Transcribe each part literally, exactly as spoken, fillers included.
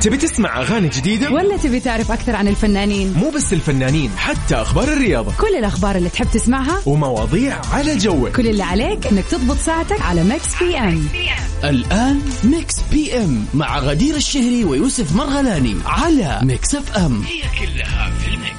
تبي تسمع أغاني جديدة ولا تبي تعرف أكثر عن الفنانين؟ مو بس الفنانين، حتى أخبار الرياضة، كل الأخبار اللي تحب تسمعها ومواضيع على جوك. كل اللي عليك إنك تضبط ساعتك على ميكس بي ام. الآن ميكس بي ام مع غدير الشهري ويوسف مرغلاني على ميكس اف ام. هي كلها في الميكس.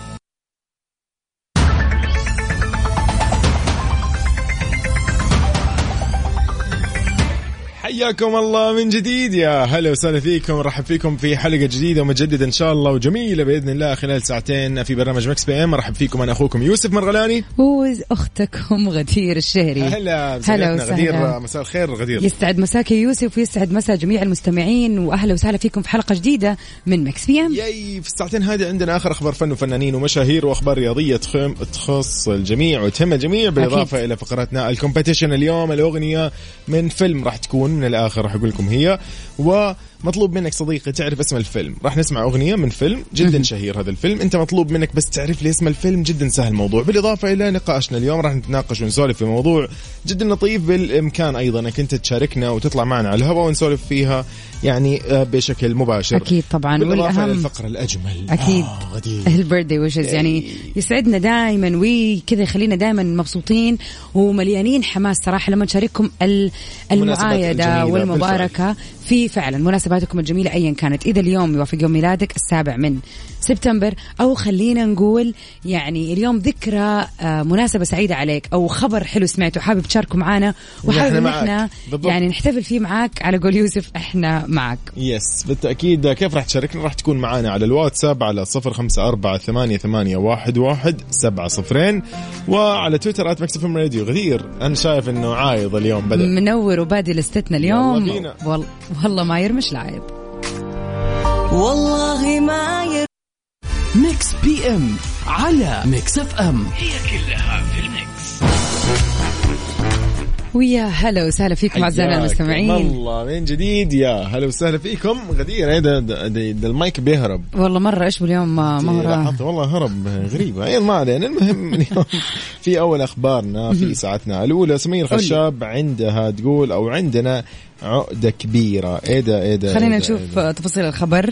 حياكم الله من جديد، يا هلا وسهلا فيكم، رحب فيكم في حلقة جديدة ومجددة إن شاء الله وجميلة بإذن الله خلال ساعتين في برنامج مكس بي ام. رحب فيكم، أنا أخوكم يوسف مرغلاني وأختكم غدير الشهري. هلا هلا غدير، مساء الخير غدير. يستعد مساك يوسف ويستعد مساء جميع المستمعين، وأهلا وسهلا فيكم في حلقة جديدة من مكس بي ام. ياي في الساعتين هذه عندنا آخر أخبار فن وفنانين ومشاهير وأخبار رياضية تخم تخص الجميع وتهم الجميع، بالإضافة أكيد إلى فقراتنا الكومبيتيشن. اليوم الأغنية من فيلم راح تكون من الآخر، راح أقول لكم هي، ومطلوب منك صديقي تعرف اسم الفيلم. راح نسمع أغنية من فيلم جدا شهير، هذا الفيلم أنت مطلوب منك بس تعرف لي اسم الفيلم، جدا سهل الموضوع. بالإضافة إلى نقاشنا اليوم راح نتناقش ونسولف في موضوع جدا لطيف، بالإمكان أيضا أنك أنت تشاركنا وتطلع معنا على الهواء ونسولف فيها يعني بشكل مباشر. أكيد طبعا، والأهم الفقرة الأجمل أكيد آه البيرثدي ويشز، يعني يسعدنا دائما وكذا يخلينا دائما مبسوطين ومليانين حماس صراحة لما نشارككم المعايدة والمباركة في فعلا مناسباتكم الجميلة أيا كانت. إذا اليوم يوافق يوم ميلادك السابع من سبتمبر، أو خلينا نقول يعني اليوم ذكرى مناسبة سعيدة عليك، أو خبر حلو سمعته حابب تشاركه معنا وحابب إن احنا يعني نحتفل فيه معاك، على قول يوسف احنا معك. يس بالتأكيد. كيف راح تشاركنا؟ راح تكون معنا على الواتساب على صفر خمسة أربعة ثمانية ثمانية واحد واحد سبعة صفرين، وعلى تويتر آت مكس اف ام راديو. غدير أنا شايف إنه عايض اليوم، بدأ منور وبادي لستنا اليوم. والله والله ما يرمش العايض، والله ما ير... ميكس بي ام على ميكس اف ام، هي كلها في الميكس. ويا هلا وسهلا فيكم أعزائنا المستمعين. والله من جديد يا هلا وسهلا فيكم. غدير هذا المايك بيهرب والله مرة، إيش باليوم ما مرة والله هرب غريبة. أي ما علينا، المهم اليوم في أول أخبارنا في ساعتنا الأولى. سمية الخشاب عندها تقول أو عندنا عقدة كبيرة. إيه ده إيه ده خلينا إيه نشوف إيه تفاصيل الخبر.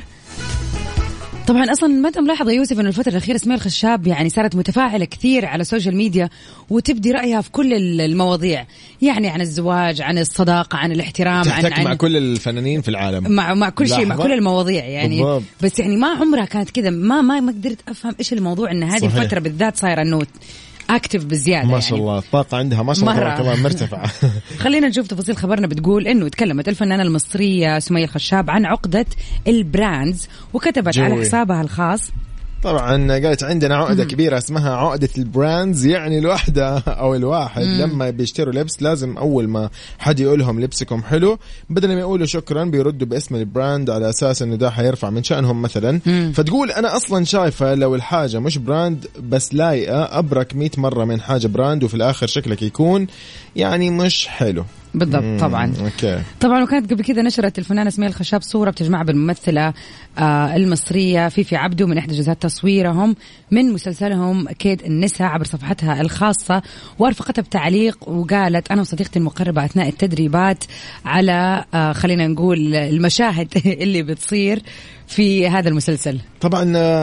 طبعا أصلا ما أنت ملاحظة يوسف أن الفترة الأخيرة سمية الخشاب يعني صارت متفاعلة كثير على السوشيال ميديا، وتبدي رأيها في كل المواضيع، يعني عن الزواج، عن الصداقة، عن الاحترام، عن, عن مع كل الفنانين في العالم، مع مع كل شيء، مع كل المواضيع يعني بالضبط. بس يعني ما عمرها كانت كذا، ما ما ما قدرت أفهم إيش الموضوع، إن هذه الفترة بالذات صايرة النوت اكتف بزياده، ما شاء الله يعني. الطاقه عندها ما شاء الله كمان مرتفعه. خلينا نشوف تفاصيل خبرنا. بتقول انه تكلمت الفنانه المصريه سمية الخشاب عن عقده البراندز، وكتبت جوي. على حسابها الخاص طبعا قالت عندنا عقدة مم. كبيرة اسمها عقدة البراندز، يعني الوحدة أو الواحد مم. لما بيشتروا لبس لازم أول ما حد يقولهم لبسكم حلو، بدل ما يقولوا شكرا بيردوا باسم البراند على أساس إنه ده حيرفع من شأنهم مثلا. مم. فتقول أنا أصلا شايفة لو الحاجة مش براند بس لايقة أبرك مئة مرة من حاجة براند وفي الآخر شكلك يكون يعني مش حلو. بالضبط طبعا. أوكي. طبعا وكانت قبل كذا نشرت الفنانة سمية الخشاب صورة بتجمع بالممثلة آه المصرية فيفي عبده من إحدى جزئيات تصويرهم من مسلسلهم كيد النساء عبر صفحتها الخاصة، وارفقتها بتعليق وقالت أنا وصديقتي المقربة أثناء التدريبات على آه خلينا نقول المشاهد اللي بتصير في هذا المسلسل. طبعا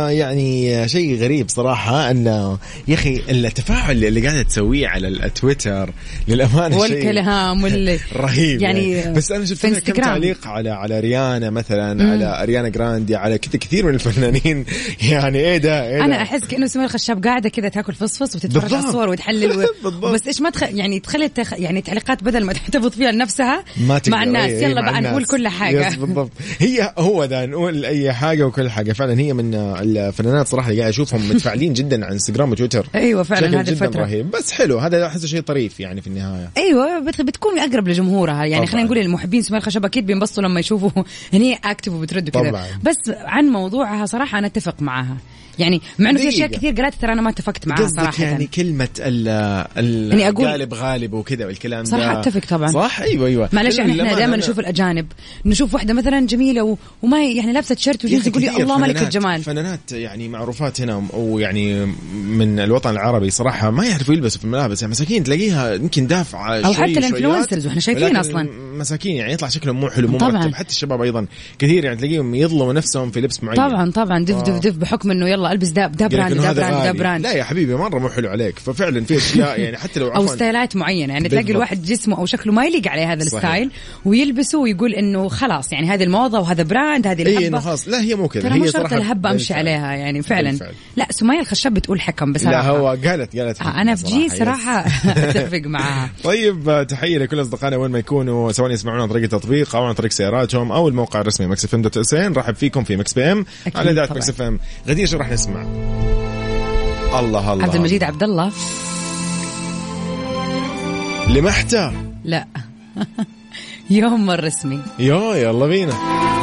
يعني شيء غريب صراحة أنه يا أخي التفاعل اللي قاعدة تسويه على التويتر للأمانة والكلام واللي رهيب يعني, يعني. بس أنا شفت كم تعليق على على ريانا مثلا مم. على أريانا جراندي، على كذا كثير من الفنانين. يعني إيه ده, إيه ده؟ أنا أحس كأنه سمية الخشاب قاعدة كذا تاكل فصفص وتتفرج على الصور وتحلل و... بس إيش ما تخ... يعني تخلي التخ... يعني تعليقات بدل ما تحتفظ فيها لنفسها مع الناس. إيه يلا بقى نقول كل حاجة. بالضبط هي هو ده نقول أي حاجة وكل حاجة. فعلا هي من الفنانات صراحة اللي قاعد أشوفهم متفاعلين جدا عن انستغرام وتويتر. أيوة فعلا هذه الفترة رهيب. بس حلو هذا أحسه شيء طريف يعني في النهاية. أيوة بتكون أقرب لجمهورها يعني. خلينا نقول المحبين سمية الخشاب أكيد بينبسطوا لما يشوفوا هني أكتف وبتردوا كذا. بس عن موضوعها صراحة أنا أتفق معها، يعني مع انه في اشياء كثير قالت ترى انا ما اتفقت معها صراحه. يعني كلمه ال ال يعني أقول غالب غالب وكذا والكلام ده صراحه اتفق طبعا. صح ايوه ايوه معلش احنا دائما نشوف الاجانب، نشوف واحده مثلا جميله و... وما يعني لابسه تيشيرت وجينز يقول لي الله ملك الجمال. فنانات يعني معروفات هنا ويعني من الوطن العربي صراحه ما يعرفوا يلبسوا في الملابس، يعني مساكين تلاقيها يمكن دافعه او حتى الانفلونسرز واحنا شايفين اصلا مساكين يعني يطلع شكلهم مو حلو مو مرتب. حتى الشباب ايضا كثير يعني تلاقيهم يظلموا نفسهم في لبس معين. طبعا طبعا دف دف دف بحكم انه يلا البس ده ده براند ده براند ده براند. لا يا حبيبي مره مو حلو عليك. ففعلا في اشياء يعني حتى لو او ستايلات معينه يعني تلاقي الواحد جسمه او شكله ما يليق عليه هذا الستايل ويلبسه ويقول انه خلاص يعني هذه الموضه وهذا براند هذه الهبه. إيه خلاص لا هي مو كذا، هي صراحه الهبه امشي عليها يعني فعلا بالفعل. لا سمية الخشاب بتقول حكم بصراحه. لا هو قالت قالت آه انا في جي صراحه اتفق معها. طيب تحيه لكل اصدقائنا وين ما يكونوا سواء يسمعونا عن طريق التطبيق او عن طريق سياراتهم او الموقع الرسمي مكس اف ام دوت اس ان. رحب فيكم في مكس بي ام على اذاعه مكس اف ام. غدير شو راح نسمع؟ الله الله عبد المجيد عبد الله لمحتى لا يوم الرسمي. يا يلا بينا.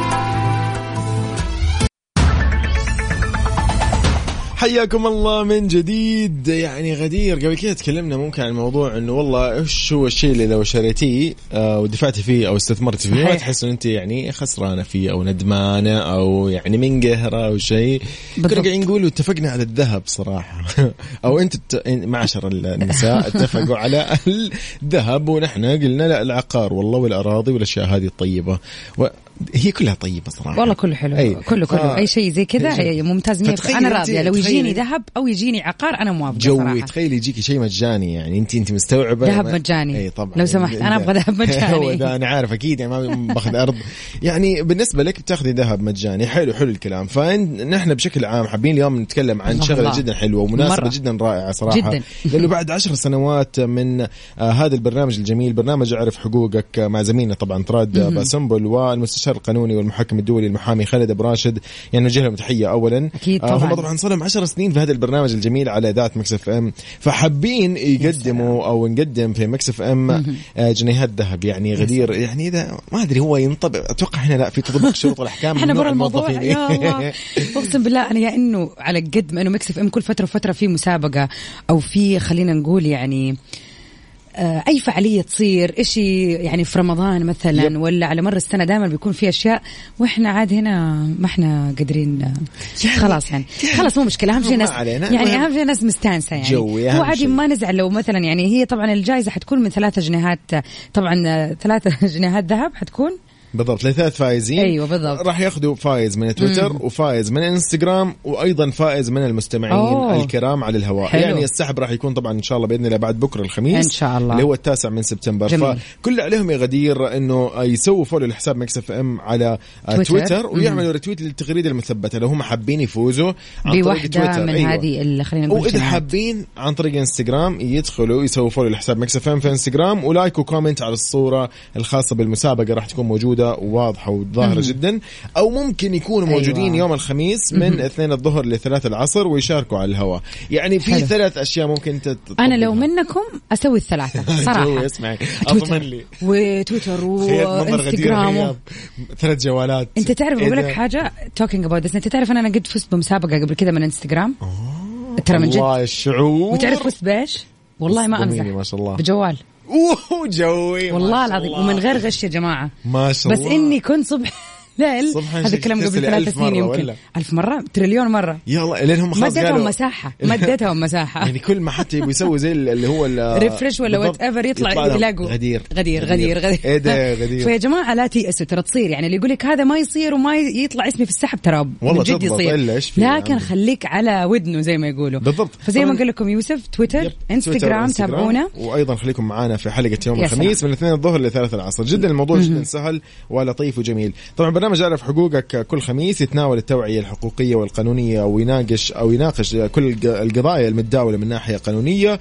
حياكم الله من جديد. يعني غدير قبل كده تكلمنا ممكن عن الموضوع انه والله ايش هو الشيء اللي لو شريتيه آه ودفعتي فيه او استثمرتي فيه ما تحس ان انت يعني خسرانه فيه او ندمانه او يعني منقهره او شيء. كنا قاعدين نقول اتفقنا على الذهب صراحه او انت معشر النساء اتفقوا على الذهب ونحن قلنا لا العقار والله والاراضي والاشياء هذه الطيبه و هي كلها طيبة صراحة والله كله حلو. أي. كله كله آه. أي شيء زي كذا ممتاز مية. أنا راضية لو يجيني ذهب أو يجيني عقار أنا موافقة صراحة. جوي تخيل يجيكي شيء مجاني يعني أنت أنت مستوعبة ذهب مجاني. أي طبعا لو سمحت أنا أبغى ذهب مجاني. هو ده أنا عارف أكيد يعني ما باخذ أرض يعني بالنسبة لك بتاخذي ذهب مجاني. حلو حلو الكلام. فنحن بشكل عام حابين اليوم نتكلم عن شغلة جدا حلوة ومناسبة مرة. جدا رائعة صراحة جدا. لأنه بعد عشر سنوات من آه هذا البرنامج الجميل برنامج أعرف حقوقك مع زميلنا طبعا طراد باسنبل والمستشار القانوني والمحكم الدولي المحامي خالد أبو راشد يعني نوجه لهم تحية أولا. أكيد طبعا. هم طبعا صار لهم عشر سنين في هذا البرنامج الجميل على إذاعة مكس اف ام فحابين يقدموا أو نقدم في مكس اف ام جنيهات ذهب يعني غدير يعني إذا ما أدري هو ينطبق أتوقع هنا لا في تطبق شروط الأحكام إحنا برا الموضوع يا الله أقسم بالله أنا يا إنه على قد ما إنه مكس اف ام كل فترة وفترة في مسابقة أو في خلينا نقول يعني أي فعالية تصير إشي يعني في رمضان مثلا يب. ولا على مر السنة دائما بيكون في أشياء وإحنا عاد هنا ما إحنا قادرين يعني خلاص يعني خلاص مو مشكلة أهم شيء ناس يعني أهم شيء ناس مستانسة يعني هو عادي ما نزعل لو مثلا يعني هي طبعا الجائزة حتكون من ثلاثة جنيهات طبعا ثلاثة جنيهات ذهب حتكون بالضبط لثلاث فائزين. أيوة بالضبط. راح ياخذوا فائز من تويتر مم. وفائز من انستغرام وأيضا فائز من المستمعين أوه. الكرام على الهواء. حلو. يعني السحب راح يكون طبعا إن شاء الله بإذن الله بعد بكرة الخميس إن شاء الله اللي هو التاسع من سبتمبر. جميل. فكل عليهم يا غدير إنه يسووا فولو لحساب مكس اف ام على تويتر, تويتر ويعملوا ريتويت للتغريدة المثبتة لو هم حابين يفوزوا عن طريق تويتر. من أيوة. هذه اللي خلينا نقول وإذا حابين عن طريق انستغرام يدخلوا يسووا فولو لحساب مكس اف ام في انستغرام ولايك وكومنت على الصورة الخاصة بالمسابقة راح تكون موجودة وواضحة ظاهرة جدا. أو ممكن يكونوا موجودين أيوة. يوم الخميس من اثنين الظهر لثلاث العصر ويشاركوا على الهواء. يعني في حلو. ثلاث أشياء ممكن تطبقها. أنا لو منكم أسوي الثلاثة صراحة. اسمعي أضمن لي وتويتر وإنستغرام ثلاث جوالات. أنت تعرف أقول لك حاجة talking about this. أنت تعرف أنا قد فزت بمسابقة قبل كده من إنستغرام ترى من جد والله الشعور. وتعرف فزت بايش والله ما أمزح ما شاء الله بجوال اوه جوي والله العظيم ومن غير غش يا جماعة ما شاء الله. بس إني كنت صبح ليل هذا الكلام قبل ثلاث سنين يمكن ولا؟ ألف مرة تريليون مرة يلا لأنهم خلاص قالوا مدتهم مساحة مدتهم مساحة يعني كل ما حتى يبي يسوي زي اللي هو ريفرش ولا وات ايفر يطلع يلاقوا غدير غدير غدير غدير ايه ده غدير. فيا جماعة لا تيأسوا ترى تصير يعني اللي يقول لك هذا ما يصير وما يطلع اسمي في السحب ترى من جد يصير لكن خليك على ودنه زي ما يقولوا بالضبط. فزي ما قال لكم يوسف تويتر انستغرام تابعونا وأيضا خليكم معنا في حلقة يوم الخميس من اثنين الظهر لثلاث العصر. جدا الموضوع جدا سهل ولطيف وجميل. طبعا برنامج أعرف حقوقك كل خميس يتناول التوعية الحقوقية والقانونية ويناقش أو يناقش كل القضايا المتداولة من ناحية قانونية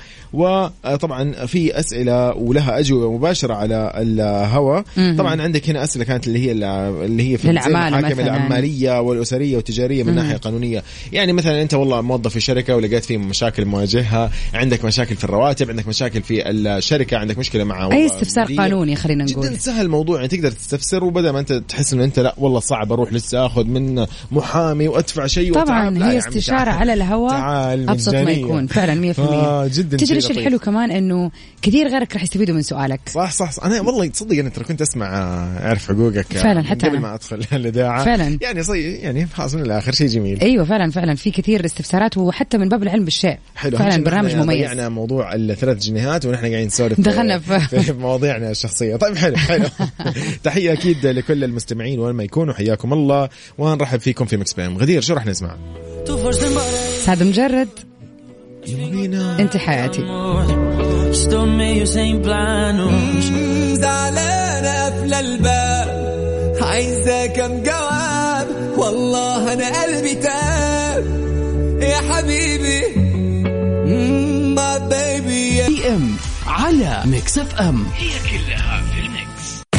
وطبعا في أسئلة ولها أجوبة مباشرة على الهواء. طبعا عندك هنا أسئلة كانت اللي هي اللي هي في المحاكم العمالية والأسرية والتجارية من ناحية قانونية. يعني مثلا أنت والله موظف في شركة ولقيت فيه مشاكل مواجهها عندك مشاكل في الرواتب عندك مشاكل في الشركة عندك مشكلة مع أي استفسار قانوني خلينا نقول جدا سهل الموضوع يعني تقدر تستفسر وبدأ ما أنت تحس إنه أنت لا والله صعب اروح لسه اخذ من محامي وادفع شيء طبعا هي استشاره على الهواء ابسط ما يكون فعلا مية بالمية. آه جدا. تدري ايش الحلو كمان انه كثير غيرك راح يستفيدوا من سؤالك. صح صح, صح. انا والله تصدق انا ترى كنت اسمع اعرف حقوقك فعلا حتى قبل ما ادخل الاذاعه فعلا يعني صي يعني خلاص من الاخر شيء جميل. ايوه فعلا فعلا في كثير استفسارات وحتى من باب العلم بالشيء. حلو. فعلا برنامج مميز. يعني موضوع الثلاث جنيهات ونحن قاعدين نسولف دخلنا في, في مواضيعنا الشخصيه. طيب حلو حلو. تحيه اكيد لكل المستمعين وين ما يكونوا حياكم الله ونرحب فيكم في مكس بي ام. غدير شو راح نسمع؟ سعد مجرد انت حياتي. زعلانة قفل الباب عايزة كم جواب والله أنا قلبي تاب يا حبيبي ما بيبي بي ام على ميكس اف ام هي كلها في الميكس.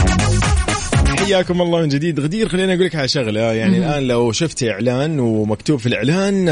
حياكم الله من جديد. غدير خليني أقول لك على شغلة يعني م- الآن لو شفت إعلان ومكتوب في الإعلان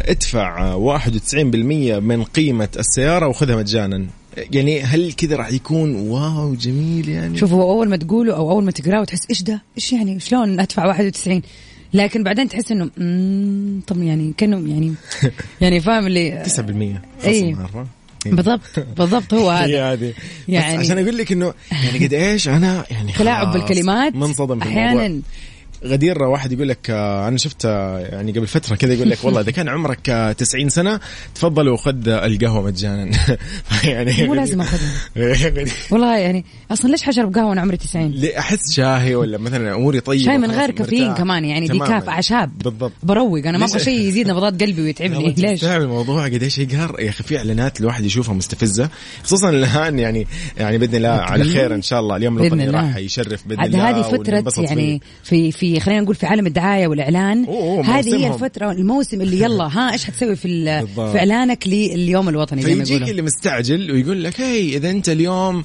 ادفع واحد وتسعين بالمية من قيمة السيارة وخذها مجانا، يعني هل كذا راح يكون واو جميل؟ يعني شوف هو أول ما تقوله أو أول ما تقرأه وتحس إيش ده إيش يعني شلون أدفع واحد وتسعين، لكن بعدين تحس إنه امم طب يعني كأنه يعني يعني فاهم اللي تسعة بالمية أي بالضبط بالضبط هو هذا هذه يعني عشان أقول لك إنه يعني قد إيش أنا يعني تلاعب بالكلمات منصدم في أحيانا الموضوع. غدير واحد يقول لك أنا شفت يعني قبل فترة كذا يقول لك والله إذا كان عمرك تسعين سنة تفضل وخذ القهوة مجانا. يعني مو لازم أخذها والله يعني أصلا ليش حشرب قهوة وأنا عمري تسعين؟ ليه أحس شاهي ولا مثلا أموري طيبة شاي من غير كافيين كمان يعني ديكاف أعشاب بالضبط بروق أنا ما أبغى شيء يزيد نبضات قلبي ويتعبني. ليش؟ تعرف الموضوع قديش يقهر يا أخي في إعلانات الواحد يشوفها مستفزة خصوصا الآن يعني يعني بإذن الله على خير إن شاء الله اليوم الوطني راح يشرف بإذن الله. هذه فترة يعني في في خلينا نقول في عالم الدعاية والإعلان هذه هي الفترة الموسم اللي يلا ها إيش حتسوي في في إعلانك لليوم الوطني زي ما يقولوا. فيجيك اللي مستعجل ويقول لك هي إذا أنت اليوم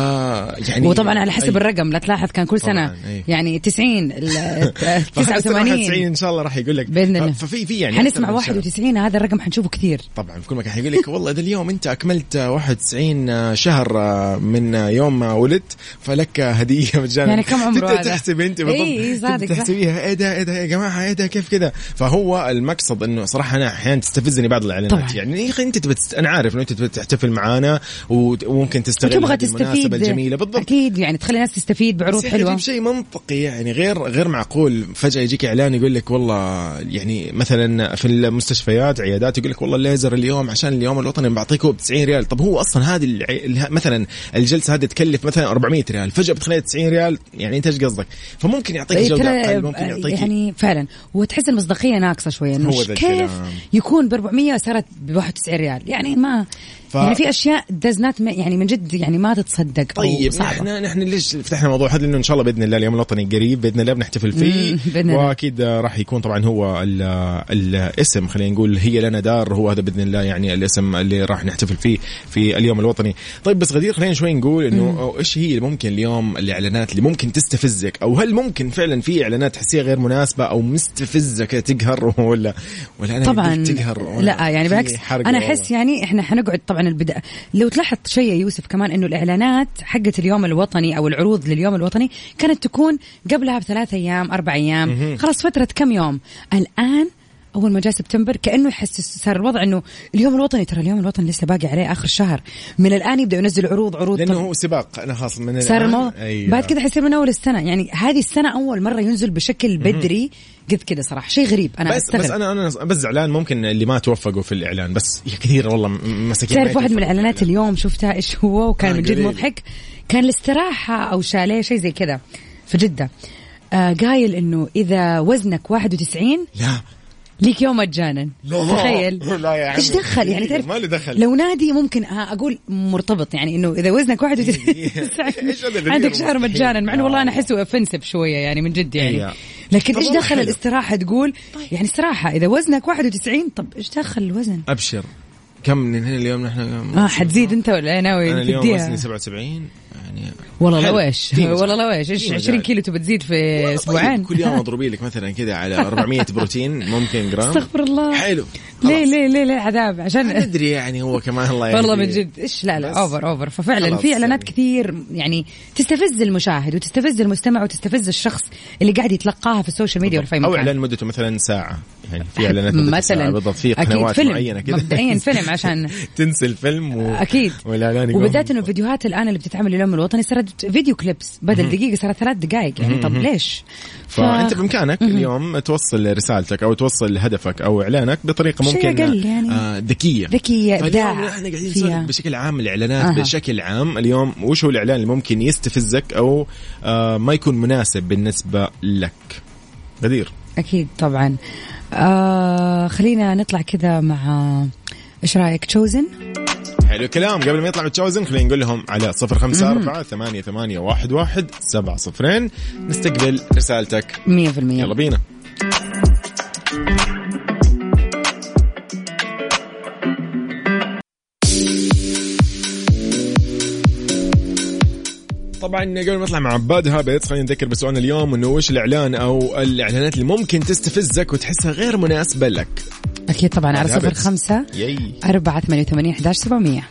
آه يعني وطبعا على حسب أي. الرقم لا تلاحظ كان كل سنة يعني تسعين تسعة وثمانين إن شاء الله راح يقول لك بإذن الله. ففي في يعني حنسمع واحد وتسعين هذا الرقم حنشوفه كثير طبعا في كل مكان حيقول لك والله إذا اليوم أنت أكملت واحد وتسعين شهر من يوم ما ولدت فلك هدية مجانا. يعني كم عمره هذا؟ تحسب أنت بالضبط تحسبيها إيه ده إيه ده يا جماعة إيه ده كيف كذا. فهو المقصد إنه صراحة أنا أحيانا تستفزني بعض الإعلانات طبعا. يعني يا أخي أنت تبت... أنا عارف إنه أنت تحتفل معانا وممكن تستغل هذه المناسبة الجميلة بالضبط أكيد يعني تخلي الناس تستفيد بعروض حلوة. تجيب شيء منطقي يعني غير غير معقول فجأة يجيك إعلان يقول لك والله يعني مثلا في المستشفيات عيادات يقول لك والله الليزر اليوم عشان اليوم الوطني بعطيكه بتسعين ريال. طب هو أصلا هذه الع... مثلا الجلسة هذه تكلف مثلا أربعمية ريال فجأة بتخليها تسعين ريال يعني أنت إيش قصدك؟ فممكن يعطيك جودة أقل ممكن يعطيك يعني فعلا وتحس المصداقية ناقصة شوية إنه كيف يكون ب أربعمية صارت ب واحد وتسعين ريال يعني ما ف... يعني في أشياء دزنات يعني من جد يعني ما تتصدق. طيب نحن نحن ليش فتحنا موضوع هذا لأنه إن شاء الله بإذن الله اليوم الوطني قريب بإذن الله بنحتفل فيه وأكيد راح يكون طبعا هو ال الاسم خلينا نقول هي لنا دار هو هذا بإذن الله يعني الاسم اللي راح نحتفل فيه في اليوم الوطني. طيب بس غدير خلينا شوي نقول إنه إيش هي اللي ممكن اليوم الإعلانات اللي ممكن تستفزك أو هل ممكن فعلا في إعلانات تحسيها غير مناسبة أو مستفزك تقهر ولا ولا أنا طبعا تقهر لا يعني بالعكس أنا أحس يعني إحنا حنقعد طبعا البداية لو تلاحظ شيء يوسف كمان إنه الإعلانات حقت اليوم الوطني أو العروض لليوم الوطني كانت تكون قبلها بثلاث أيام أربع أيام خلاص فترة كم يوم. الآن أول ما جاء سبتمبر كأنه يحس صار الوضع إنه اليوم الوطني ترى اليوم الوطني لسه باقي عليه آخر الشهر من الآن يبدأ ينزل عروض عروض لأنه هو سباق أنا خاص من صار الموضوع أيوة. بعد كده حيصير من أول السنة يعني هذه السنة أول مرة ينزل بشكل بدري قد كده صراحة شيء غريب. أنا بس أستغرب. بس أنا أنا بس زعلان ممكن اللي ما توفقوا في الإعلان بس كثير والله مسكين. تعرف واحد من الإعلانات اليوم شفتها إيش هو وكان من جد مضحك كان الاستراحة أو شاليه شيء زي كده في جدة آه قايل إنه إذا وزنك واحد وتسعين لا ليك يوم مجانا. تخيل ايش دخل يعني تعرف ما له دخل. لو نادي ممكن اقول مرتبط يعني انه اذا وزنك واحد وتسعين عندك شهر مجانا مع انه والله انا احسه اوفنسيف شويه يعني من جد يعني لكن ايش دخل الاستراحه تقول يعني استراحه اذا وزنك واحد وتسعين طب ايش دخل الوزن؟ ابشر كم من هنا اليوم نحن اه حتزيد انت ولا ناوي انا اليوم تديها؟ وزني سبعة وسبعين يعني والله لا ويش والله لا ويش ايش عشرين كيلو تبى تزيد في اسبوعين؟ كل يوم اضربي لك مثلا كذا على أربعمية بروتين ممكن جرام. استغفر الله. حلو. ليه ليه ليه ليه عذاب عشان ادري يعني هو كمان الله والله من جد ايش لا لا اوفر اوفر. ففعلا في اعلانات يعني كثير يعني تستفز المشاهد وتستفز المستمع وتستفز الشخص اللي قاعد يتلقاها في السوشيال ميديا والفيلم. او اعلان مدته مثلا ساعه يعني في اعلانات مثلا بالضبط في قنوات معينه كذا مبدئيا فيلم عشان تنسى الفيلم و... اكيد. وبالذات انه فيديوهات الان اللي بتتعمل اليوم الوطني صارت فيديو كليبس بدل دقيقه صارت ثلاث دقائق يعني. طب ليش؟ فانت بامكانك اليوم توصل رسالتك او توصل هدفك او اعلانك بطريقه ممكن يعني آه ذكيه ذكيه ابداع. احنا قاعدين نسولف بشكل عام الاعلانات أه. بشكل عام اليوم وش هو الاعلان اللي ممكن يستفزك او آه ما يكون مناسب بالنسبه لك؟ غدير. اكيد طبعا. آه خلينا نطلع كذا مع ايش رايك تشوزن؟ حلو الكلام. قبل ما يطلع بالتشوزن خلينا نقول لهم على صفر خمسة أربعة ثمانية ثمانية واحد واحد سبعة صفرين نستقبل رسالتك مية في المية. يلا بينا. طبعا قبل ما نطلع مع عباد هابت خلينا نذكر بسؤالنا اليوم انه وش الاعلان او الاعلانات اللي ممكن تستفزك وتحسها غير مناسبة لك؟ اكيد طبعا على صفر خمسة أربعة ثمانية ثمانية أحد عشر سبعمية.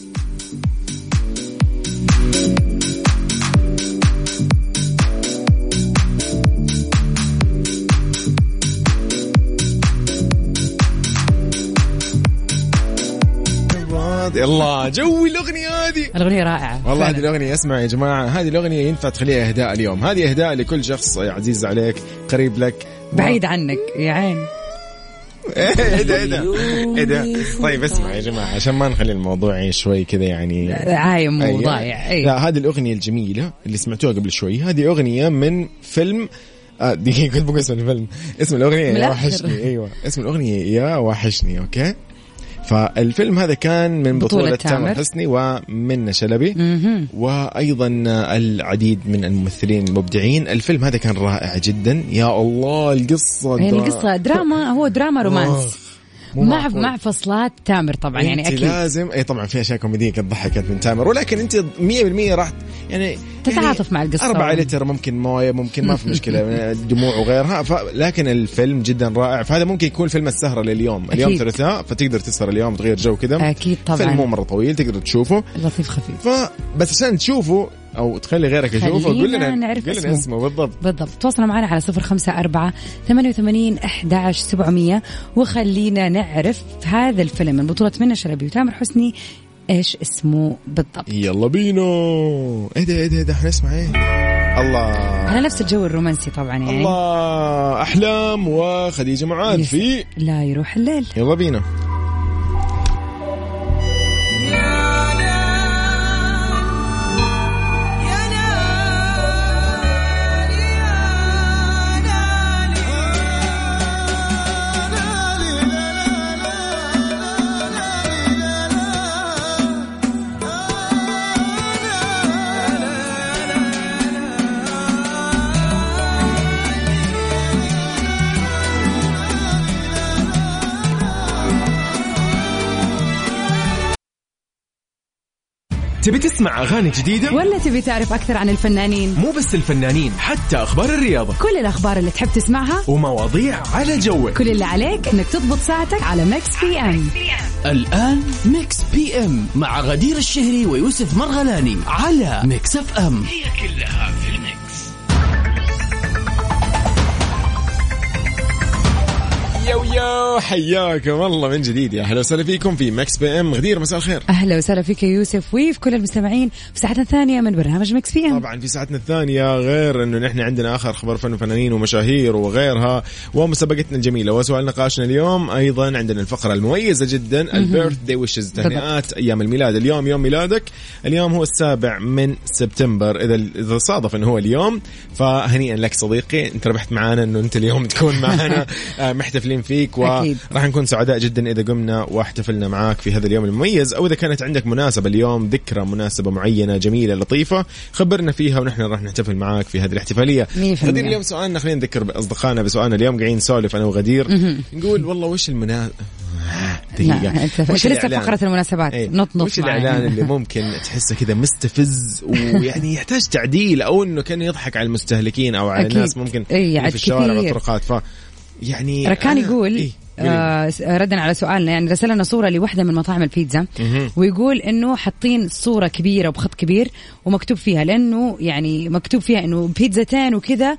يلا جوي الأغنية هذه. الأغنية رائعة والله. هذه الأغنية اسمع يا جماعة هذه الأغنية ينفع تخليها إهداء اليوم. هذه إهداء لكل شخص عزيز عليك قريب لك بعيد عنك يا عين. ايه ده ايه ده ايه ده. طيب اسمع يا جماعة عشان ما نخلي الموضوع شوي كذا يعني عايم وضايع. أيه. لا هذه الأغنية الجميلة اللي سمعتوها قبل شوي هذه أغنية من فيلم آه دقيقة كنت بقول اسم الفيلم اسم الأغنية يا وحشني. أيوة اسم الأغنية يا وحشني. أوكي. فالفيلم هذا كان من بطولة, بطولة تامر حسني ومنة شلبي وأيضا العديد من الممثلين المبدعين. الفيلم هذا كان رائع جدا. يا الله القصة يعني القصة دراما هو دراما رومانس مع مع فصلات تامر طبعا يعني اكيد لازم. اي طبعا في اشياء كوميديه كانت ضحكت من تامر ولكن انت مية بالمية راح يعني تتعاطف يعني مع القصه. أربعة لتر ممكن مويه ممكن ما في مشكله دموع وغيرها. لكن الفيلم جدا رائع. فهذا ممكن يكون فيلم السهره لليوم. أكيد. اليوم ثلاثاء فتقدر تسهر اليوم تغير جو كذا. اكيد طبعا. فيلم مو مره طويل تقدر تشوفه لطيف خفيف. فبس عشان تشوفه او تخلي غيرك يشوفه قول لنا نعرف اسمه. اسمه بالضبط بالضبط. تواصلوا معنا على صفر خمسة أربعة ثمانية ثمانية أحد عشر سبعمية وخلينا نعرف هذا الفيلم من بطولة منة شلبي وتامر حسني ايش اسمه بالضبط. يلا بينا. ايه ده ايه ده, ده حنسمع ايه. الله على نفس الجو الرومانسي طبعا يعني. الله أحلام وخديجة معاذ في لا يروح الليل. يلا بينا. تبي تسمع أغاني جديدة؟ ولا تبي تعرف أكثر عن الفنانين؟ مو بس الفنانين حتى أخبار الرياضة. كل الأخبار اللي تحب تسمعها ومواضيع على جوك. كل اللي عليك إنك تضبط ساعتك على ميكس بي أم. الآن ميكس بي أم مع غدير الشهري ويوسف مرغلاني على ميكس اف أم. هي كلها في الميكس. يو يو حياكم والله من جديد. يا أهلا وسهلا فيكم في ميكس بي ام. غدير مساء الخير. أهلا وسهلا فيك يوسف ويف كل المستمعين في ساعتنا الثانية من برنامج ميكس بي ام. طبعا في ساعتنا الثانية غير إنه نحن عندنا آخر أخبار فن وفنانين ومشاهير وغيرها ومسابقتنا الجميلة وسؤال نقاشنا اليوم. أيضا عندنا الفقرة المميزة جدا البيرث داي ويشز تهنئات أيام الميلاد. اليوم يوم ميلادك. اليوم هو السابع من سبتمبر إذا إذا صادف إنه هو اليوم فهنيئا لك صديقي. أنت ربحت معانا إنه أنت اليوم تكون معنا محتفلين فيك وراح نكون سعداء جدا إذا قمنا واحتفلنا معاك في هذا اليوم المميز. أو إذا كانت عندك مناسبة اليوم ذكرى مناسبة معينة جميلة لطيفة خبرنا فيها ونحن راح نحتفل معاك في هذه الاحتفالية. غدير اليوم سؤالنا خلينا نذكر أصدقائنا بسؤالنا اليوم. قاعدين نسولف أنا وغدير نقول والله وش المناسبة دقيقة وش لسه فقرة المناسبات ايه. نط نط وش الإعلان اللي ممكن تحسه كذا مستفز ويعني يحتاج تعديل أو إنه كان يضحك على المستهلكين أو على أكيد. الناس ممكن ايه في الشوارع والطرقات. ف يعني ركان يقول إيه؟ آه ردا على سؤالنا، يعني رسل لنا صورة لوحدة من مطاعم البيتزا ويقول إنه حاطين صورة كبيرة وبخط كبير ومكتوب فيها، لأنه يعني مكتوب فيها إنه بيتزاتين وكذا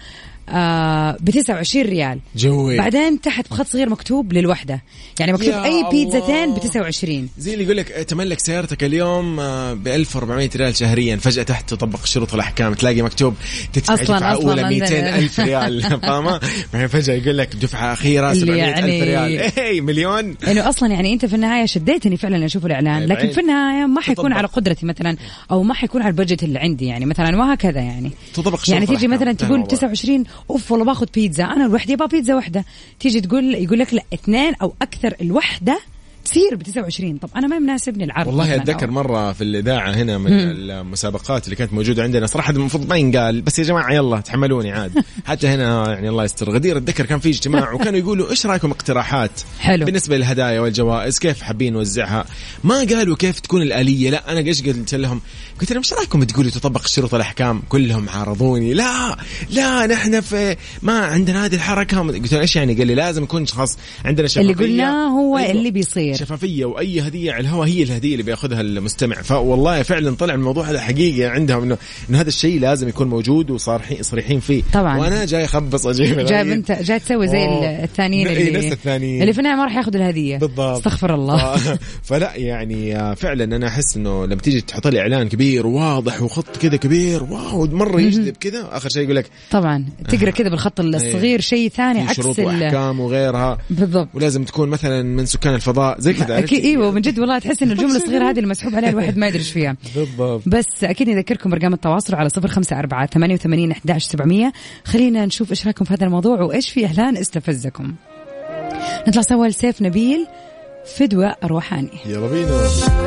آه بتسعة وعشرين ريال جوي. بعدين تحت بخط صغير مكتوب للوحدة، يعني مكتوب أي بيتزاتين بتسعة وعشرين. زي اللي يقولك تملك سيارتك اليوم بألف وأربعمية ريال شهريا، فجأة تحت تطبق الشروط والأحكام تلاقي مكتوب تدفع دفعة أولى مئتين ألف ريال فاهمة؟ فجأة يقول لك دفعة أخيرة سبعمية يعني ألف ريال إيه مليون. إنه أصلا يعني أنت في النهاية شديتني فعلا أشوف الإعلان، لكن في النهاية ما حيكون على قدرتي مثلا أو ما حيكون على البادجت اللي عندي يعني مثلا، وهكذا يعني يعني تيجي مثلا تقول تسعة وعشرين اوف والله باخذ بيتزا انا الوحده يبغى بيتزا واحده، تيجي تقول يقول لك لا اثنين او اكثر الوحده تصير ب تسعة وعشرين. طب انا ما مناسبني العرض. والله اتذكر مره في الاذاعه هنا من مم. المسابقات اللي كانت موجوده عندنا صراحه المفروض ما ينقال، بس يا جماعه يلا تحملوني عاد حتى هنا يعني الله يستر. غدير اتذكر كان في اجتماع وكانوا يقولوا ايش رايكم اقتراحات حلو بالنسبه للهدايا والجوائز، كيف حابين نوزعها. ما قالوا كيف تكون الاليه، لا انا ايش قلت لهم؟ قلت لهم ايش رايكم تقولوا تطبق الشروط والاحكام؟ كلهم عارضوني لا لا نحن في ما عندنا هذه الحركه. قلت له ايش يعني؟ قال لي لازم يكون خاص عندنا شفافيه. اللي قلناه هو أيوة. اللي بيصير شفافيه، واي هديه على الهواء هي الهديه اللي بياخذها المستمع. فوالله فعلا طلع الموضوع هذا حقيقي عندهم انه انه هذا الشيء لازم يكون موجود وصارحين صريحين فيه طبعا. وانا جاي اخبص اجيب جايب انت جاي تسوي زي أوه. الثانيين اللي نفس الثانيين اللي في النهايه ما راح ياخذ الهديه بالضبط. استغفر الله. فلا يعني فعلا انا احس انه لما تيجي تحط لي اعلان كبير وواضح وخط كذا كبير واو مره يجذب كذا، اخر شيء يقول لك طبعا تقرا كذا بالخط الصغير شيء ثاني عكس شروط واحكام وغيرها بالضبط. ولازم تكون مثلا من سكان الفضاء زي كذا. اكيد ايوه من جد والله تحس ان الجمله الصغيره هذه اللي مسحوب عليها الواحد ما يدري ايش فيها بالضبط. بس اكيد نذكركم برقم التواصل على صفر خمسة أربعة ثمانية وثمانين أحد عشر سبعمية. خلينا نشوف ايش رايكم في هذا الموضوع وايش في اعلان استفزكم. نطلع سوا لسيف نبيل فدوى روحاني. يلا بينا.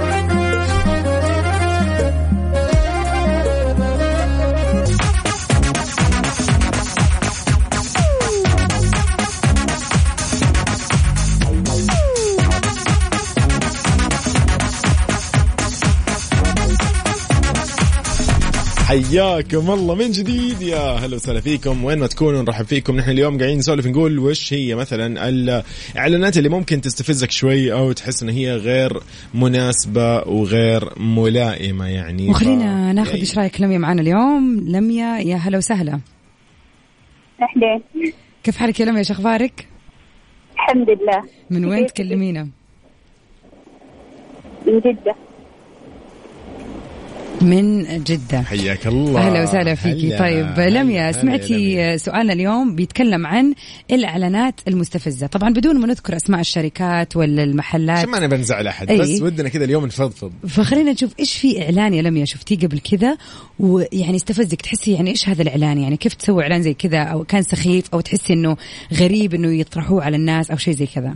حياكم الله من جديد، يا هلا وسهلا فيكم وين ما تكونوا نرحب فيكم. نحن اليوم قاعدين نسولف نقول وش هي مثلا الاعلانات اللي ممكن تستفزك شوي او تحس ان هي غير مناسبه وغير ملائمه يعني. وخلينا ف... ناخذ ايش رايك لميا معنا اليوم. لميا يا هلا وسهلا. اهلا كيف حالك يا لميا؟ ايش اخبارك؟ الحمد لله. من وين تكلمينا؟ من جدة. من جدة. حياك الله. أهلا وسهلا فيكي. طيب لميا سمعتي سؤالنا اليوم بيتكلم عن الإعلانات المستفزة، طبعا بدون ما نذكر أسماء الشركات ولا المحلات عشان ما نبنزع أحد. أي. بس ودنا كذا اليوم نفضفض. فخلينا نشوف إيش في إعلان يا لميا شفتيه قبل كذا ويعني استفزك، تحسي يعني إيش هذا الإعلان، يعني كيف تسوي إعلان زي كذا أو كان سخيف أو تحسي إنه غريب إنه يطرحوه على الناس أو شيء زي كذا.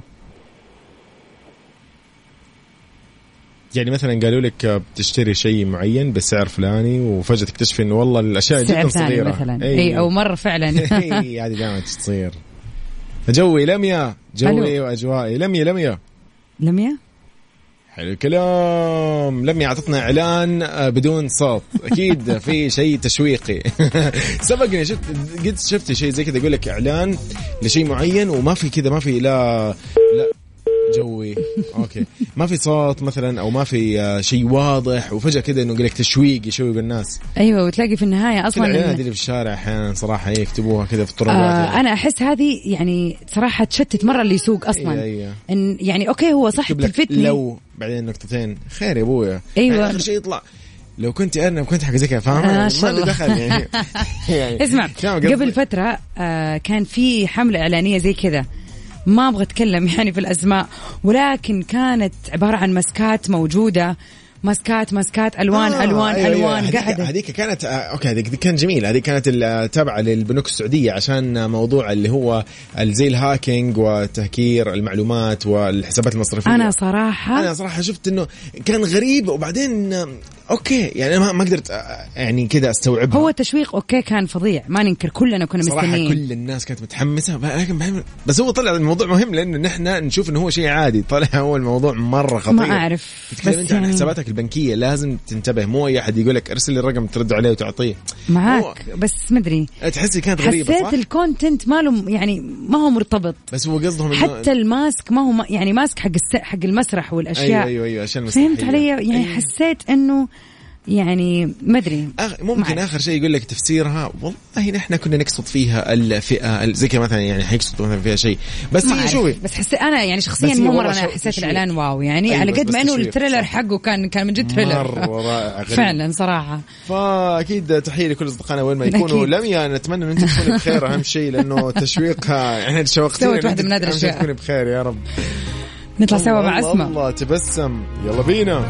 يعني مثلا قالوا لك بتشتري شيء معين بسعر فلاني وفجأة تكتشفي انه والله الاشياء جدا صغيرة مثلا. اي, أي او مرة فعلا اي عادي دائما تصير. جوي لميا جوي واجوائي. لميا لميا لميا حلو الكلام. لميا عطتنا اعلان بدون صوت، اكيد في شيء تشويقي. سبقني شفت قد شفت شيء زي كذا يقول لك اعلان لشيء معين وما في كذا، ما في لا لا جوي اوكي ما في صوت مثلا او ما في شيء واضح وفجأة كده انه يقول لك تشويق يشوي بالناس. ايوه وتلاقي في النهايه اصلا الاعلانات اللي في الشارع احيانا صراحه يكتبوها كده في الطرقات. آه يعني. انا احس هذه يعني صراحه تشتت مره اللي يسوق اصلا. أيوة أيوة. إن يعني اوكي هو صح تلفتني لو بعدين نقطتين خير يا ابويا. ايوه يعني اخر شيء يطلع لو كنت ارنب كنت حاجه زي كذا فاهم. آه ما له دخل يعني. يعني اسمع قبل فتره آه كان في حمله اعلانيه زي كذا، ما أبغى أتكلم يعني في الأسماء، ولكن كانت عبارة عن ماسكات موجودة، ماسكات ماسكات ألوان آه ألوان أيوة ألوان أيوة. قاعدة. هذيك كانت آه أوكي هذيك كان جميل. هذيك كانت التابعة للبنوك السعودية عشان موضوع اللي هو زي الهاكينج وتهكير المعلومات والحسابات المصرفية. أنا صراحة أنا صراحة شفت إنه كان غريب وبعدين اوكي يعني ما ما قدرت يعني كذا استوعبها. هو تشويق اوكي كان فظيع ما ننكر كلنا كنا مستنيين صراحه كل الناس كانت متحمسه لكن بس هو طلع الموضوع مهم لانه نحن نشوف انه هو شيء عادي طلع هو الموضوع مره خطير. ما اعرف تتكلم انت يعني... عن حساباتك البنكيه لازم تنتبه مو اي احد يقول لك ارسل لي الرقم ترد عليه وتعطيه معاك هو... بس ما ادري تحسي كانت غريبه صح؟ حسيت الكونتنت ماله يعني ما هو مرتبط بس هو قصدهم حتى إنه... الماسك ما هو يعني ماسك حق الس... حق المسرح والاشياء. ايوه ايوه ايوه عشان فهمت علي يعني أيوة. حسيت انه يعني ما ادري أخ... ممكن اخر شيء يقول لك تفسيرها والله نحن كنا نقصد فيها الفئه زي كذا مثلا يعني حيقصد مثلا فيها شيء بس هي شوفي بس حسيت انا يعني شخصيا مو مره انا حسيت الاعلان واو يعني أيوة على قد ما انه التريلر حقه كان كان من جد تريلر فعلا صراحه. فاكيد تحيه لكل اصدقائنا وين ما يكونوا. لميا نتمنى ان انت تكوني بخير اهم شيء لانه تشويقها يعني شوقتينا واحده من هذه الاشياء تكوني بخير يا رب. نطلع سوا مع اسماء الله تبسم يلا بينا.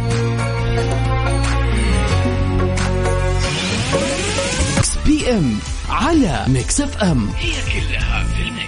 بي ام على ميكس اف ام هي كلها في الميكس.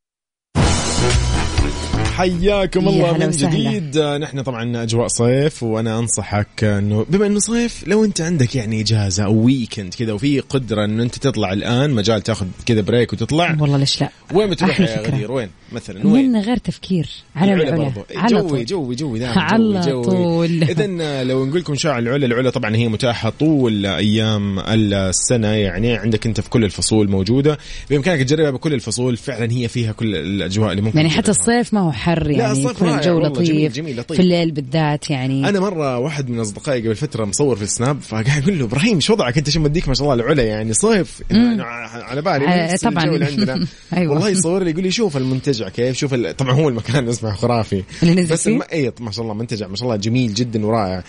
حياكم الله من جديد. نحن طبعا أجواء صيف وأنا أنصحك أنه بما أنه صيف لو أنت عندك يعني إجازة أو ويكند كذا وفي قدرة أنه أنت تطلع الآن مجال تأخذ كذا بريك وتطلع والله ليش لا. وين بتروح يا غدير وين مثلا وين من غير تفكير على العلا على جوي جوي جوي دائما على جوي طول. إذن لو نقول لكم شاع العلا العلا طبعا هي متاحة طول أيام السنة يعني عندك أنت في كل الفصول موجودة بإمكانك تجربها بكل الفصول فعلا هي فيها كل الأجواء اللي ممكن يعني حتى الصيف ما هو حر يعني يكون الجو لطيف جميل جميل لطيف. في الليل بالذات يعني أنا مرة واحد من أصدقائي قبل فترة مصور في السناب فقاعد أقول له إبراهيم شو وضعك أنت شو مديك ما شاء الله العلا يعني صيف يعني على بالي طبعا عندنا أيوة. والله يصور لي يقول لي شوف المنتجع كيف شوف ال... طبعا هو المكان اسمه خرافي بس الم... أي ما شاء الله منتجع ما شاء الله جميل جدا ورائع.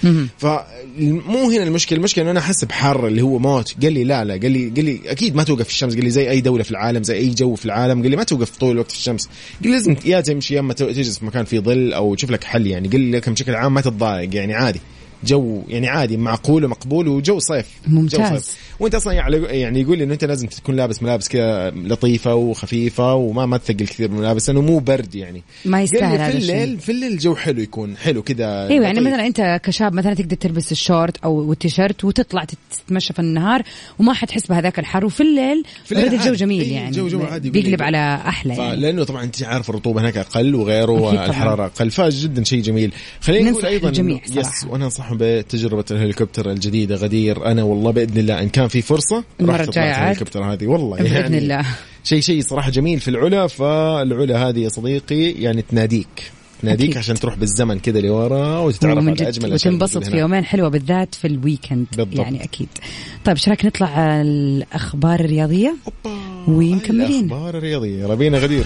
فمو هنا المشكلة المشكلة إنه أنا أحس بحر اللي هو موت. قال لي لا لا قال لي قال لي أكيد ما توقف في الشمس. قال لي زي أي دولة في العالم زي أي جو في العالم. قال لي ما توقف طول الوقت في الشمس. قال لي لازم يا تمشي يا اما تجلس في مكان فيه ظل او تشوف لك حل يعني. قال لي لكن بشكل عام ما تتضايق يعني عادي جو يعني عادي معقول ومقبول وجو صيف ممتاز. جو صيف. وانت اصلا يعني يقول لي انه انت لازم تكون لابس ملابس كذا لطيفه وخفيفه وما ما تثقل كثير من الملابس لانه مو برد يعني ما يستاهل هذا الشيء. في الليل في الليل الجو حلو يكون حلو كذا. ايوه يعني مثلا انت كشاب مثلا تقدر تلبس الشورت او التيشيرت وتطلع تتمشى في النهار وما حتحس بهذاك الحر. وفي الليل برد الجو جميل أيه يعني جو جو بيقلب على احلى يعني. لانه طبعا انت عارف الرطوبه هناك اقل وغيره والحراره اقل فجدا شيء جميل. خلينا نقول ايضا يس وانا انصحهم بتجربه الهليكوبتر الجديده غدير. انا والله باذن الله ان كان في فرصه راح تطلع الهليكوبتر هذه والله باذن يعني الله شيء شيء صراحه جميل في العلا. فالعلا هذه يا صديقي يعني تناديك تناديك أكيد. عشان تروح بالزمن كده لورا وتتعرف على اجمل اشياء وتنبسط في يومين حلوه بالذات في الويكند بالضبط. يعني اكيد. طيب ايش رايك نطلع الاخبار الرياضيه ومكملين الاخبار الرياضيه. ربينا غدير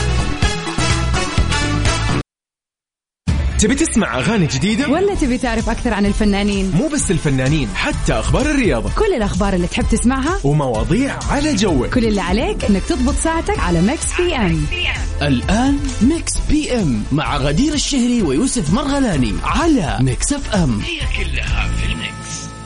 تبي تسمع أغاني جديدة؟ ولا تبي تعرف أكثر عن الفنانين؟ مو بس الفنانين حتى أخبار الرياضة كل الأخبار اللي تحب تسمعها ومواضيع على جوك. كل اللي عليك إنك تضبط ساعتك على ميكس بي ام. الآن ميكس بي ام مع غدير الشهري ويوسف مرغلاني على ميكس اف ام هي كلها في الميكس.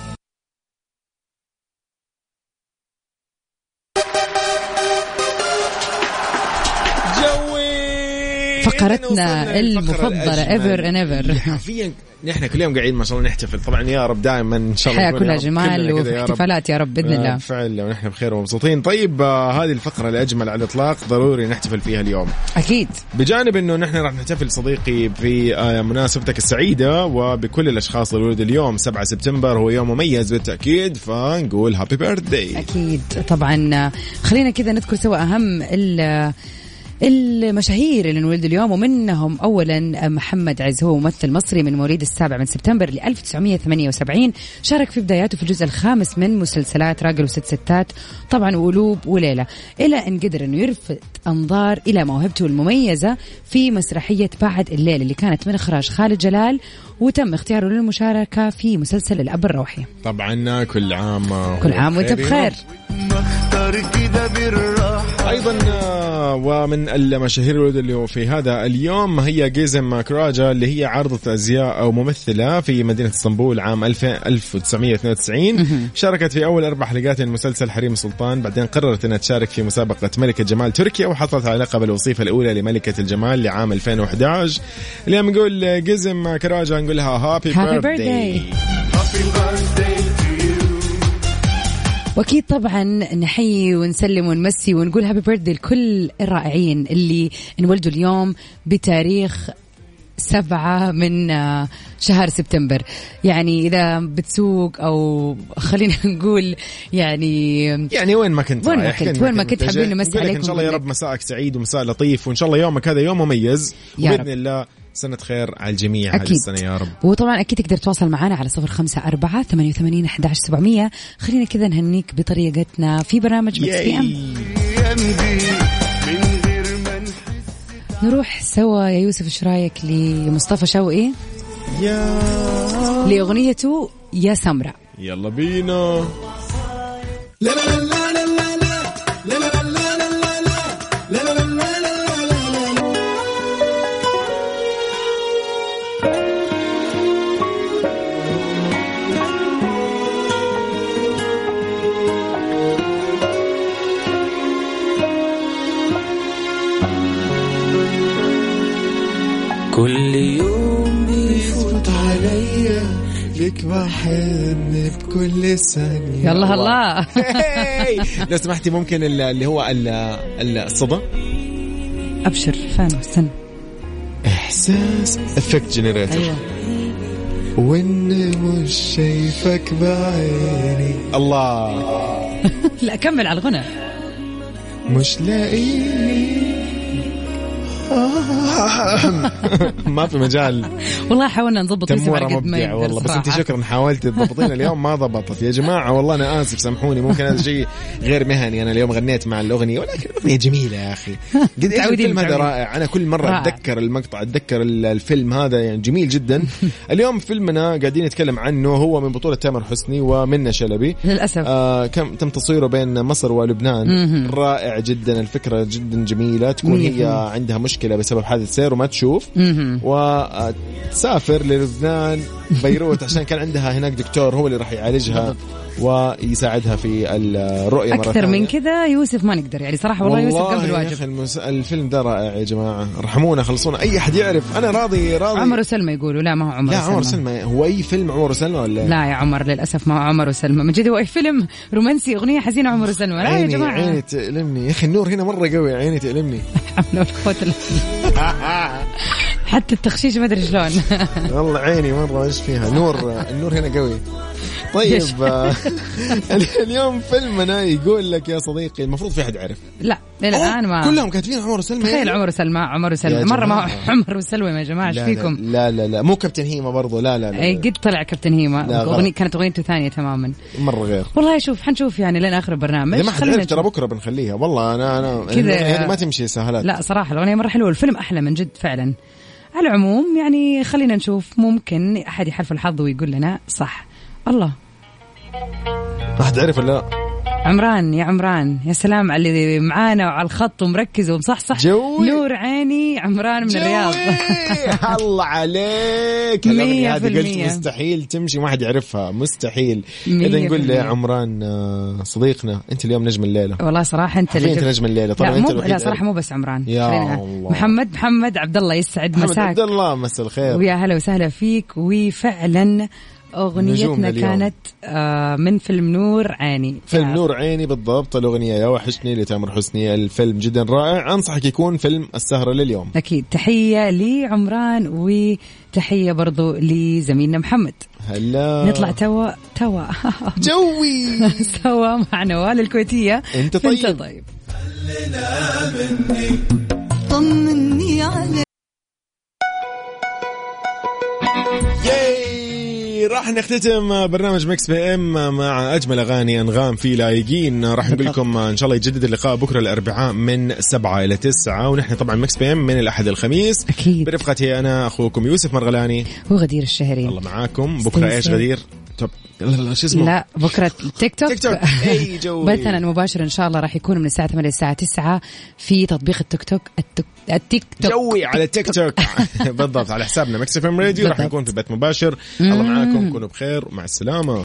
فقرتنا المفضلة ever and ever. حرفيا نحن كل يوم قاعدين ما شاء الله نحتفل طبعا يا رب دائما ان شاء الله حياة كلها جمال واحتفالات يا رب باذن الله. فعلا ونحن بخير ومبسوطين. طيب آه هذه الفقرة الأجمل على الإطلاق ضروري نحتفل فيها اليوم أكيد. بجانب إنه نحن راح نحتفل صديقي في آه مناسبتك السعيدة وبكل الأشخاص اللي ولدوا اليوم سبعة سبتمبر هو يوم مميز بالتأكيد فنقول هابي بيرثداي. أكيد طبعا. خلينا كذا نذكر سوا أهم ال المشاهير اللي انولدوا اليوم ومنهم أولا محمد عز هو ممثل مصري من مواليد السابع من سبتمبر ل ألف وتسعمية وثمانية وسبعين. شارك في بداياته في الجزء الخامس من مسلسلات راجل وست ستات طبعا وقلوب وليلة إلى أن قدر أنه يلفت أنظار إلى موهبته المميزة في مسرحية بعد الليل اللي كانت من إخراج خالد جلال وتم اختياره للمشاركة في مسلسل الأب الروحي. طبعا كل عام كل عام وانت بخير. أيضا ومن المشاهير اللي في هذا اليوم هي جيزم كراجا اللي هي عارضة أزياء أو ممثلة في مدينة اسطنبول عام ألف وتسعمية واثنين وتسعين. شاركت في أول أربع حلقات من مسلسل حريم سلطان بعدين قررت أنها تشارك في مسابقة ملكة جمال تركيا وحصلت على لقب الوصيفة الأولى لملكة الجمال لعام ألفين وأحد عشر. اليوم نقول جيزم كراجا نقول لها هابي بيرثداي. واكيد طبعا نحيي ونسلم ونمسي ونقول هابي بيرثدي لكل الرائعين اللي انولدوا اليوم بتاريخ سبعة من شهر سبتمبر. يعني إذا بتسوق أو خلينا نقول يعني يعني وين ما كنت وين ما كنت وين ما كنت حابين نمسي عليكم. إن شاء الله يا رب مساءك سعيد ومساء لطيف، وإن شاء الله يومك هذا يوم مميز وبإذن الله سنة خير على الجميع هذه السنة يا رب. وطبعا أكيد تقدر تواصل معنا على صفر خمسة أربعة ثمانية وثمانين أحد عشر سبعمية. خلينا كذا نهنيك بطريقتنا في برنامج مكس بي أم. نروح سوا يا يوسف، ايش رايك لمصطفى شوقي يا لأغنيته يا سمرة؟ يلا بينا. لا لا لا لا لا لا لا لا لا لا لا. كل يوم بيفوت عليا لك بحن بكل ثانية. يلا الله. لو سمحتي ممكن اللي هو الصدى. أبشر فانو استنى. إحساس افكت جنريتور. أيوة. وإني مش شايفك بعيني. الله. لا كمل على الغنى. مش لاقيني. ما في مجال والله حاولنا نضبط تمورة مبدع والله، بس انت شكرا حاولت تضبطين اليوم ما ضبطت يا جماعة. والله أنا آسف سامحوني، ممكن هذا شيء غير مهني. أنا اليوم غنيت مع الأغنية ولكن الأغنية جميلة يا أخي. قد إيش الفيلم هذا رائع. أنا كل مرة رائع. أتذكر المقطع أتذكر الفيلم هذا يعني جميل جدا. اليوم فيلمنا قاعدين نتكلم عنه هو من بطولة تامر حسني ومنة شلبي للأسف. آه كم تم تصويره بين مصر ولبنان. رائع جدا، الفكرة جدا جميلة. تكون هي عندها مشكلة بسبب حادث سير وما تشوف وتسافر للبنان بيروت عشان كان عندها هناك دكتور هو اللي راح يعالجها ويساعدها في الرؤية مرة أكثر من كذا يوسف ما نقدر يعني صراحة. والله, والله يوسف قبل الواجب. المس... الفيلم ده رائع يا جماعة، رحمونا خلصونا. أي أحد يعرف أنا راضي راضي. عمر وسلمى يقولوا. لا ما هو عمر لا وسلمى. عمر وسلمى هو أي فيلم عمر وسلمى ولا لا يا عمر للأسف ما هو عمر وسلمى من جد. هو أي فيلم رومانسي أغنية حزينة عمر وسلمى. لا يا جماعة عيني تألمني يا أخي. النور هنا مرة قوي، عيني تألمني. حتى التخشيش ما أدري شلون. والله عيني مرة إيش فيها نور. النور هنا قوي. طيب اليوم فيلمنا يقول لك يا صديقي المفروض في أحد يعرف. لا الآن ما كلهم كاتبين عمر وسلمى. تخيل عمر وسلمى عمر وسلمى مرة ما عمر وسلمى يا جماعة ايش فيكم. لا لا لا مو كابتن هيما برضو. لا لا لا اي قد طلع كابتن هيما أغنية كانت أغنيته ثانية تماما مرة غير. والله شوف حنشوف يعني لين آخر البرنامج. ما حد ترى بكرة بنخليها والله. أنا أنا كذا ما تمشي سهلات. لا صراحة الأغنية مرة حلوة، الفيلم أحلى من جد فعلا. على العموم يعني خلينا نشوف ممكن أحد يحلف الحظ ويقول لنا صح. الله راح تعرف ولا عمران؟ يا عمران يا سلام على اللي معانا وعلى الخط ومركز ومصحصح. جوي. نور عيني عمران من الرياض. الله عليك. الأغنية هذه قلت مستحيل تمشي ما حد يعرفها مستحيل. إذا نقول لي عمران صديقنا أنت اليوم نجم الليلة. والله صراحة أنت اللي أنت نجم الليلة. طبعا أنت لا صراحة مو بس عمران. يا الله. محمد محمد عبد الله يسعد مساك. محمد عبد الله مساء الخير ويا هلا وسهلا فيك. وفعلا أغنيتنا كانت آه من فيلم نور عيني. فيلم آه. نور عيني بالضبط. الأغنية يا وحشني لتامر حسني. الفيلم جدا رائع، أنصحك يكون فيلم السهرة لليوم. أكيد. تحية لعمران وتحية برضو لزميلنا محمد. هلا نطلع توا توا جوي سوا مع نوال الكويتية. انت طيب, انت طيب. طمني عليك. راح نختتم برنامج مكس بي ام مع اجمل اغاني انغام في لايقين. راح نقول لكم ان شاء الله يجدد اللقاء بكره الاربعاء من سبعة الى تسعة، ونحن طبعا مكس بي ام من الاحد الخميس اكيد برفقتي انا اخوكم يوسف مرغلاني وغدير الشهري. الله معاكم. بكره ايش غدير؟ طب لا شو اسمه؟ لا بكره تيك توك. تيك توك اي جو بثنا مباشر ان شاء الله راح يكون من الساعه ثمانية للساعه تسعة في تطبيق التيك توك. التيك توك جوي على التيك توك بالضبط على حسابنا مكس اف ام راديو. راح نكون في بث مباشر. الله معاكم، كونوا بخير ومع السلامه.